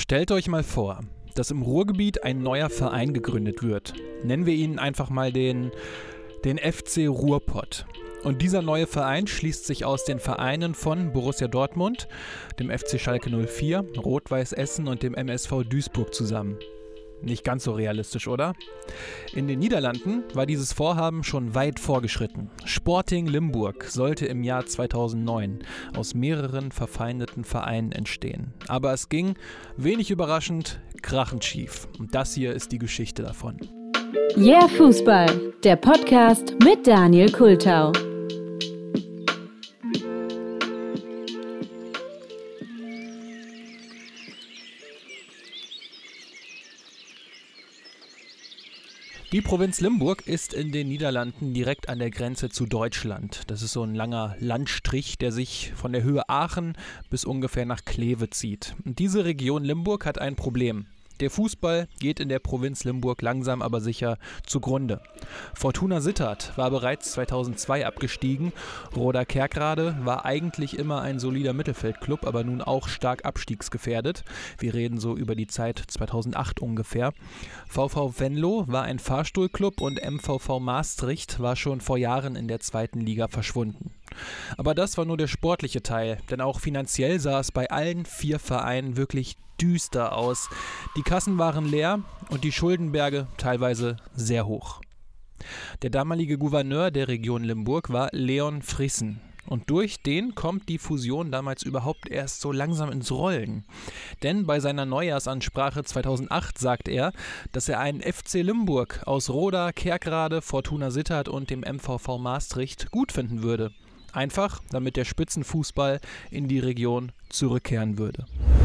Stellt euch mal vor, dass im Ruhrgebiet ein neuer Verein gegründet wird. Nennen wir ihn einfach mal den FC Ruhrpott. Und dieser neue Verein schließt sich aus den Vereinen von Borussia Dortmund, dem FC Schalke 04, Rot-Weiß Essen und dem MSV Duisburg zusammen. Nicht ganz so realistisch, oder? In den Niederlanden war dieses Vorhaben schon weit vorgeschritten. Sporting Limburg sollte im Jahr 2009 aus mehreren verfeindeten Vereinen entstehen. Aber es ging, wenig überraschend, krachend schief. Und das hier ist die Geschichte davon. Yeah Fußball, der Podcast mit Daniel Kultau. Die Provinz Limburg ist in den Niederlanden direkt an der Grenze zu Deutschland. Das ist so ein langer Landstrich, der sich von der Höhe Aachen bis ungefähr nach Kleve zieht. Und diese Region Limburg hat ein Problem. Der Fußball geht in der Provinz Limburg langsam aber sicher zugrunde. Fortuna Sittard war bereits 2002 abgestiegen. Roda Kerkrade war eigentlich immer ein solider Mittelfeldklub, aber nun auch stark abstiegsgefährdet. Wir reden so über die Zeit 2008 ungefähr. VV Venlo war ein Fahrstuhlklub und MVV Maastricht war schon vor Jahren in der zweiten Liga verschwunden. Aber das war nur der sportliche Teil, denn auch finanziell sah es bei allen 4 Vereinen wirklich düster aus. Die Kassen waren leer und die Schuldenberge teilweise sehr hoch. Der damalige Gouverneur der Region Limburg war Leon Frissen. Und durch den kommt die Fusion damals überhaupt erst so langsam ins Rollen. Denn bei seiner Neujahrsansprache 2008 sagt er, dass er einen FC Limburg aus Roda, Kerkrade, Fortuna Sittard und dem MVV Maastricht gut finden würde. Einfach, damit der Spitzenfußball in die Region zurückkehren würde.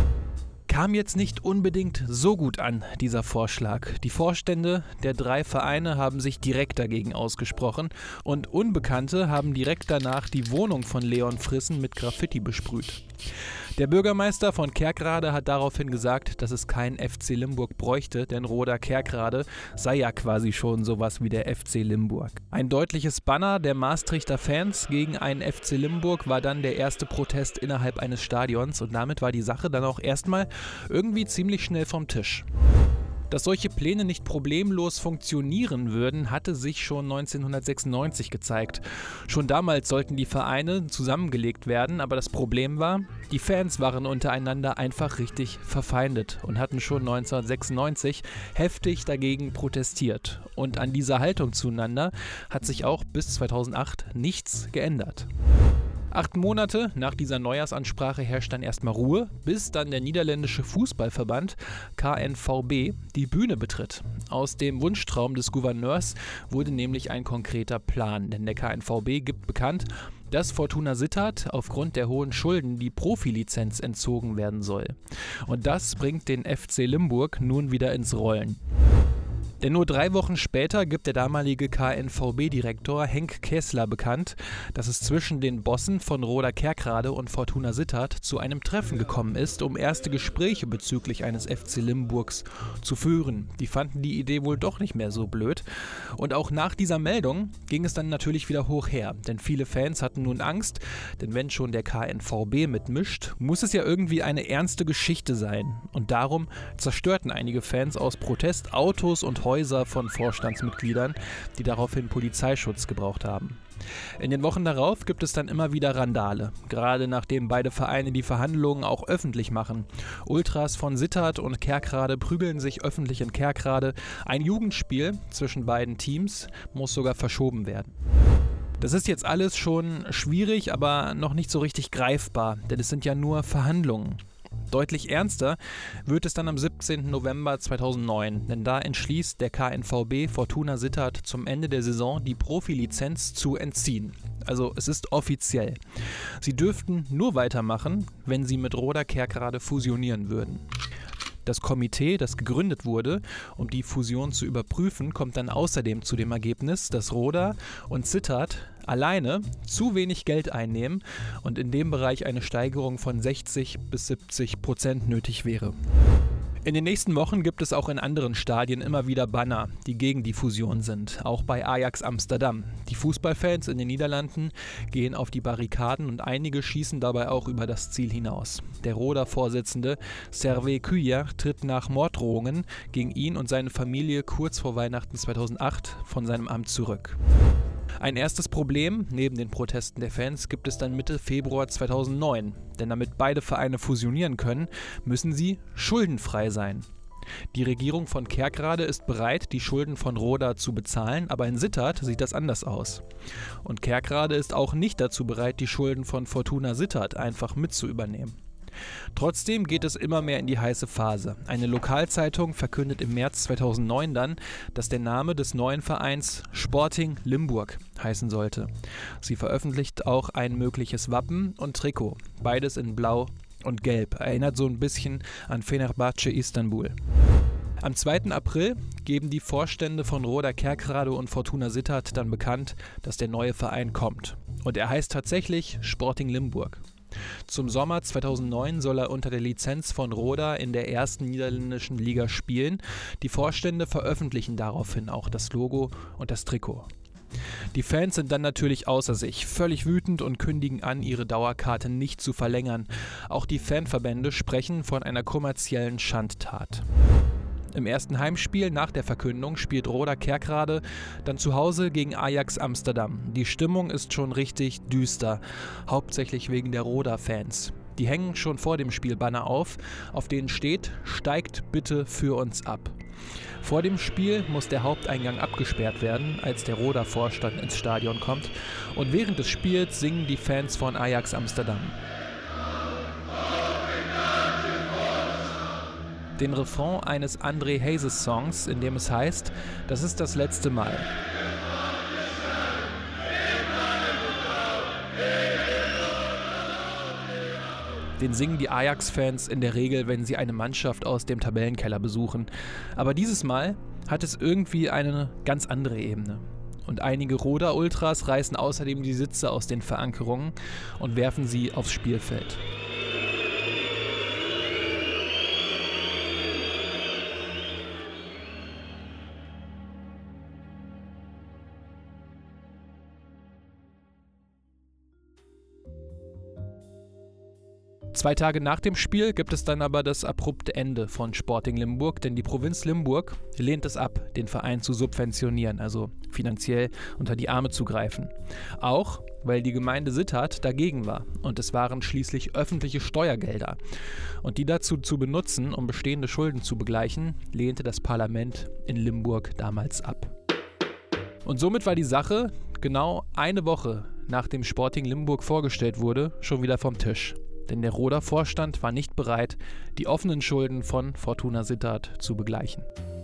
Kam jetzt nicht unbedingt so gut an, dieser Vorschlag. Die Vorstände der 3 Vereine haben sich direkt dagegen ausgesprochen und Unbekannte haben direkt danach die Wohnung von Leon Frissen mit Graffiti besprüht. Der Bürgermeister von Kerkrade hat daraufhin gesagt, dass es keinen FC Limburg bräuchte, denn Roda Kerkrade sei ja quasi schon sowas wie der FC Limburg. Ein deutliches Banner der Maastrichter Fans gegen einen FC Limburg war dann der erste Protest innerhalb eines Stadions und damit war die Sache dann auch erstmal irgendwie ziemlich schnell vom Tisch. Dass solche Pläne nicht problemlos funktionieren würden, hatte sich schon 1996 gezeigt. Schon damals sollten die Vereine zusammengelegt werden, aber das Problem war, die Fans waren untereinander einfach richtig verfeindet und hatten schon 1996 heftig dagegen protestiert. Und an dieser Haltung zueinander hat sich auch bis 2008 nichts geändert. 8 Monate nach dieser Neujahrsansprache herrscht dann erstmal Ruhe, bis dann der niederländische Fußballverband KNVB die Bühne betritt. Aus dem Wunschtraum des Gouverneurs wurde nämlich ein konkreter Plan, denn der KNVB gibt bekannt, dass Fortuna Sittard aufgrund der hohen Schulden die Profilizenz entzogen werden soll. Und das bringt den FC Limburg nun wieder ins Rollen. Denn nur 3 Wochen später gibt der damalige KNVB-Direktor Henk Kessler bekannt, dass es zwischen den Bossen von Roda Kerkrade und Fortuna Sittard zu einem Treffen gekommen ist, um erste Gespräche bezüglich eines FC Limburgs zu führen. Die fanden die Idee wohl doch nicht mehr so blöd. Und auch nach dieser Meldung ging es dann natürlich wieder hoch her, denn viele Fans hatten nun Angst, denn wenn schon der KNVB mitmischt, muss es ja irgendwie eine ernste Geschichte sein. Und darum zerstörten einige Fans aus Protest Autos und Häuser von Vorstandsmitgliedern, die daraufhin Polizeischutz gebraucht haben. In den Wochen darauf gibt es dann immer wieder Randale, gerade nachdem beide Vereine die Verhandlungen auch öffentlich machen. Ultras von Sittard und Kerkrade prügeln sich öffentlich in Kerkrade. Ein Jugendspiel zwischen beiden Teams muss sogar verschoben werden. Das ist jetzt alles schon schwierig, aber noch nicht so richtig greifbar, denn es sind ja nur Verhandlungen. Deutlich ernster wird es dann am 17. November 2009, denn da entschließt der KNVB Fortuna Sittard zum Ende der Saison die Profilizenz zu entziehen. Also es ist offiziell. Sie dürften nur weitermachen, wenn sie mit Roda Kerkrade fusionieren würden. Das Komitee, das gegründet wurde, um die Fusion zu überprüfen, kommt dann außerdem zu dem Ergebnis, dass Roda und Sittard alleine zu wenig Geld einnehmen und in dem Bereich eine Steigerung von 60% bis 70% nötig wäre. In den nächsten Wochen gibt es auch in anderen Stadien immer wieder Banner, die gegen die Fusion sind, auch bei Ajax Amsterdam. Die Fußballfans in den Niederlanden gehen auf die Barrikaden und einige schießen dabei auch über das Ziel hinaus. Der Roda-Vorsitzende Servais Cuyer tritt nach Morddrohungen gegen ihn und seine Familie kurz vor Weihnachten 2008 von seinem Amt zurück. Ein erstes Problem neben den Protesten der Fans gibt es dann Mitte Februar 2009, denn damit beide Vereine fusionieren können, müssen sie schuldenfrei sein. Die Regierung von Kerkrade ist bereit, die Schulden von Roda zu bezahlen, aber in Sittard sieht das anders aus. Und Kerkrade ist auch nicht dazu bereit, die Schulden von Fortuna Sittard einfach mit zu übernehmen. Trotzdem geht es immer mehr in die heiße Phase. Eine Lokalzeitung verkündet im März 2009 dann, dass der Name des neuen Vereins Sporting Limburg heißen sollte. Sie veröffentlicht auch ein mögliches Wappen und Trikot, beides in Blau und Gelb. Erinnert so ein bisschen an Fenerbahce Istanbul. Am 2. April geben die Vorstände von Roda Kerkrade und Fortuna Sittard dann bekannt, dass der neue Verein kommt. Und er heißt tatsächlich Sporting Limburg. Zum Sommer 2009 soll er unter der Lizenz von Roda in der ersten niederländischen Liga spielen. Die Vorstände veröffentlichen daraufhin auch das Logo und das Trikot. Die Fans sind dann natürlich außer sich, völlig wütend und kündigen an, ihre Dauerkarte nicht zu verlängern. Auch die Fanverbände sprechen von einer kommerziellen Schandtat. Im ersten Heimspiel nach der Verkündung spielt Roda Kerkrade dann zu Hause gegen Ajax Amsterdam. Die Stimmung ist schon richtig düster, hauptsächlich wegen der Roda-Fans. Die hängen schon vor dem Spiel Banner auf denen steht: Steigt bitte für uns ab. Vor dem Spiel muss der Haupteingang abgesperrt werden, als der Roda-Vorstand ins Stadion kommt. Und während des Spiels singen die Fans von Ajax Amsterdam den Refrain eines André Hazes Songs, in dem es heißt: Das ist das letzte Mal. Den singen die Ajax-Fans in der Regel, wenn sie eine Mannschaft aus dem Tabellenkeller besuchen. Aber dieses Mal hat es irgendwie eine ganz andere Ebene. Und einige Roda-Ultras reißen außerdem die Sitze aus den Verankerungen und werfen sie aufs Spielfeld. Zwei Tage nach dem Spiel gibt es dann aber das abrupte Ende von Sporting Limburg, denn die Provinz Limburg lehnt es ab, den Verein zu subventionieren, also finanziell unter die Arme zu greifen. Auch weil die Gemeinde Sittard dagegen war und es waren schließlich öffentliche Steuergelder. Und die dazu zu benutzen, um bestehende Schulden zu begleichen, lehnte das Parlament in Limburg damals ab. Und somit war die Sache genau eine Woche nachdem Sporting Limburg vorgestellt wurde, schon wieder vom Tisch. Denn der Roda-Vorstand war nicht bereit, die offenen Schulden von Fortuna Sittard zu begleichen.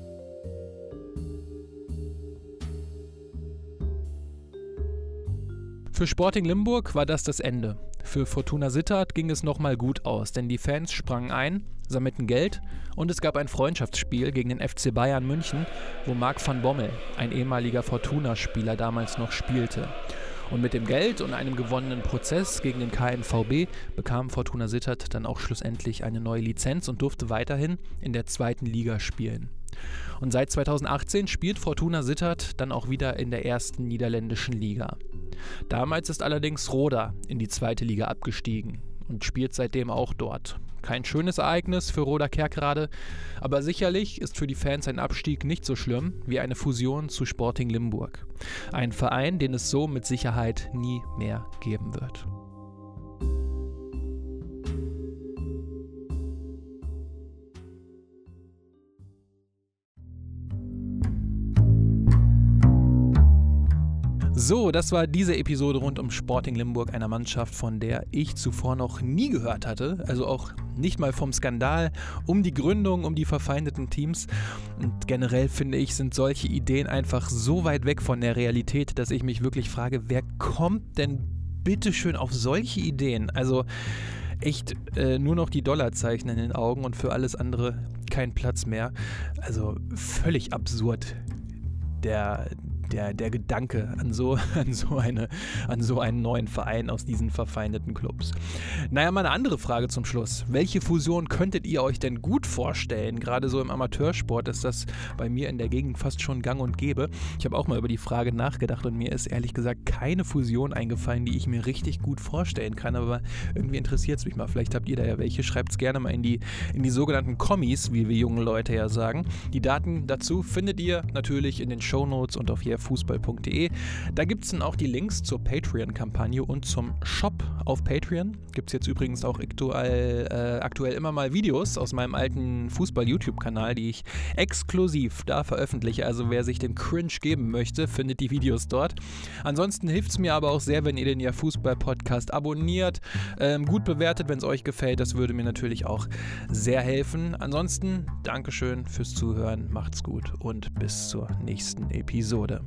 Für Sporting Limburg war das Ende. Für Fortuna Sittard ging es nochmal gut aus, denn die Fans sprangen ein, sammelten Geld und es gab ein Freundschaftsspiel gegen den FC Bayern München, wo Marc van Bommel, ein ehemaliger Fortuna-Spieler, damals noch spielte. Und mit dem Geld und einem gewonnenen Prozess gegen den KNVB bekam Fortuna Sittard dann auch schlussendlich eine neue Lizenz und durfte weiterhin in der 2. Liga spielen. Und seit 2018 spielt Fortuna Sittard dann auch wieder in der 1. niederländischen Liga. Damals ist allerdings Roda in die 2. Liga abgestiegen und spielt seitdem auch dort. Kein schönes Ereignis für Roda Kerkrade, aber sicherlich ist für die Fans ein Abstieg nicht so schlimm wie eine Fusion zu Sporting Limburg. Ein Verein, den es so mit Sicherheit nie mehr geben wird. So, das war diese Episode rund um Sporting Limburg, einer Mannschaft, von der ich zuvor noch nie gehört hatte. Also auch nicht mal vom Skandal um die Gründung, um die verfeindeten Teams. Und generell finde ich, sind solche Ideen einfach so weit weg von der Realität, dass ich mich wirklich frage, wer kommt denn bitteschön auf solche Ideen? Also echt nur noch die Dollarzeichen in den Augen und für alles andere kein Platz mehr. Also völlig absurd. der Gedanke an so einen neuen Verein aus diesen verfeindeten Clubs. Naja, mal eine andere Frage zum Schluss. Welche Fusion könntet ihr euch denn gut vorstellen? Gerade so im Amateursport ist das bei mir in der Gegend fast schon gang und gäbe. Ich habe auch mal über die Frage nachgedacht und mir ist ehrlich gesagt keine Fusion eingefallen, die ich mir richtig gut vorstellen kann, aber irgendwie interessiert es mich mal. Vielleicht habt ihr da ja welche. Schreibt es gerne mal in die sogenannten Kommis, wie wir jungen Leute ja sagen. Die Daten dazu findet ihr natürlich in den Shownotes und auf fußball.de. Da gibt es dann auch die Links zur Patreon-Kampagne und zum Shop auf Patreon. Gibt es jetzt übrigens auch aktuell immer mal Videos aus meinem alten Fußball-YouTube-Kanal, die ich exklusiv da veröffentliche. Also wer sich den Cringe geben möchte, findet die Videos dort. Ansonsten hilft es mir aber auch sehr, wenn ihr den Fußball-Podcast abonniert, gut bewertet, wenn es euch gefällt. Das würde mir natürlich auch sehr helfen. Ansonsten Dankeschön fürs Zuhören, macht's gut und bis zur nächsten Episode.